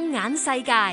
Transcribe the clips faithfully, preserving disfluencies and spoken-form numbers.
放眼世界，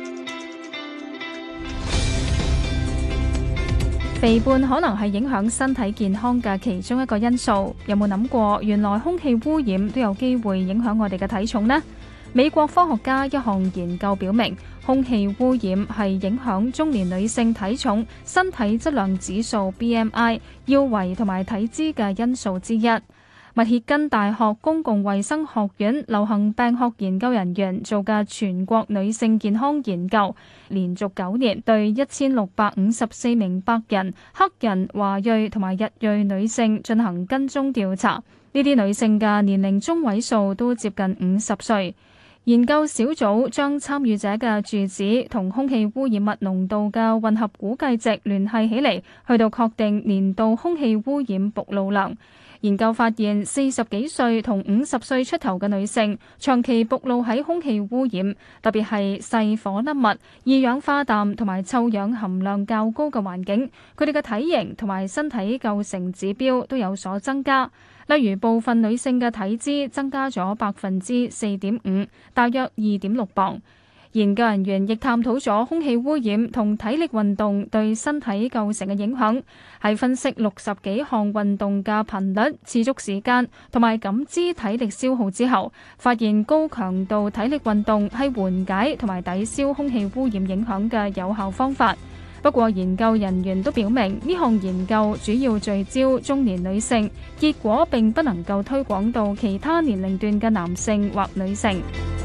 肥胖可能係影響身體健康嘅其中一個因素。有冇諗過，原來空氣污染都有機會影響我哋嘅體重呢？美國科學家一項研究表明，空氣污染係影響中年女性體重、身體質量指數 B M I、腰圍同埋體脂嘅因素之一。密歇根大學公共衛生學院流行病學研究人員做嘅全國女性健康研究，連續九年對一千六百五十四名白人、黑人、華裔同埋日裔女性進行跟蹤調查。呢啲女性嘅年齡中位數都接近五十歲。研究小組將參與者嘅住址同空氣污染物濃度嘅混合估計值聯繫起嚟，去到確定年度空氣污染暴露量。研究發現，四十幾歲同五十歲出頭嘅女性長期暴露喺空氣污染，特別係細顆粒物、二氧化氮同埋臭氧含量較高嘅環境，佢哋嘅體型同埋身體構成指標都有所增加。例如，部分女性嘅體脂增加咗百分之四點五，大約二點六磅。研究人員亦探討咗空氣污染同體力運動對身體構成嘅影響，喺分析六十幾項運動嘅頻率、持續時間同埋感知體力消耗之後，發現高強度體力運動係緩解同埋抵消空氣污染影響嘅有效方法。不過，研究人員都表明，呢項研究主要聚焦中年女性，結果並不能夠推廣到其他年齡段嘅男性或女性。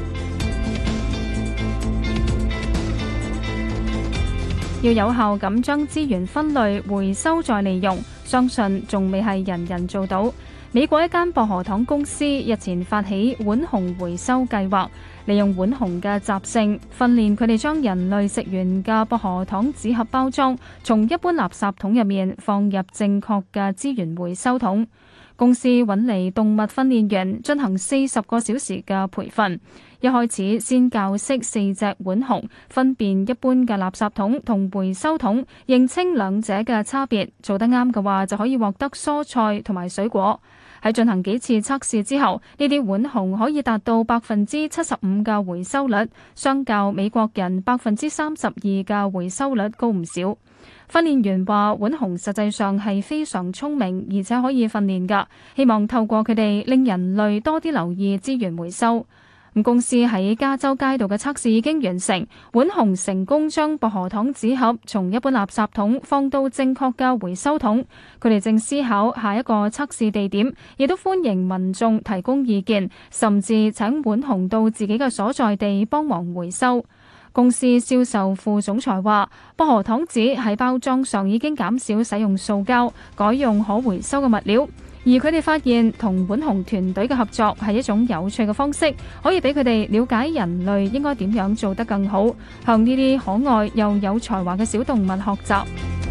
要有效咁將資源分類、回收再利用，相信仲未係人人做到。美國一間薄荷糖公司日前發起浣熊回收計劃，利用浣熊嘅習性，訓練佢哋將人類食完嘅薄荷糖紙盒包裝，從一般垃圾桶入面放入正確嘅資源回收桶。公司揾嚟動物訓練員進行四十個小時嘅培訓，一開始先教識四隻浣熊分辨一般嘅垃圾桶同回收桶，認清兩者嘅差別，做得啱嘅話就可以獲得蔬菜同埋水果。喺進行幾次測試之後，呢啲浣熊可以達到百分之七十五嘅回收率，相較美國人百分之三十二嘅回收率高唔少。訓練員話，浣熊實際上係非常聰明，而且可以訓練㗎，希望透過佢哋令人類多啲留意資源回收。公司喺加州街道嘅測試已經完成，浣熊成功將薄荷糖紙盒從一般垃圾桶放到正確嘅回收桶。佢哋正思考下一個測試地點，亦都歡迎民眾提供意見，甚至請浣熊到自己嘅所在地幫忙回收。公司銷售副總裁話，薄荷糖紙喺包裝上已經減少使用塑膠，改用可回收嘅物料。而佢哋發現同浣熊團隊嘅合作係一種有趣嘅方式，可以俾佢哋了解人類應該點樣做得更好，向呢啲可愛又有才華嘅小動物學習。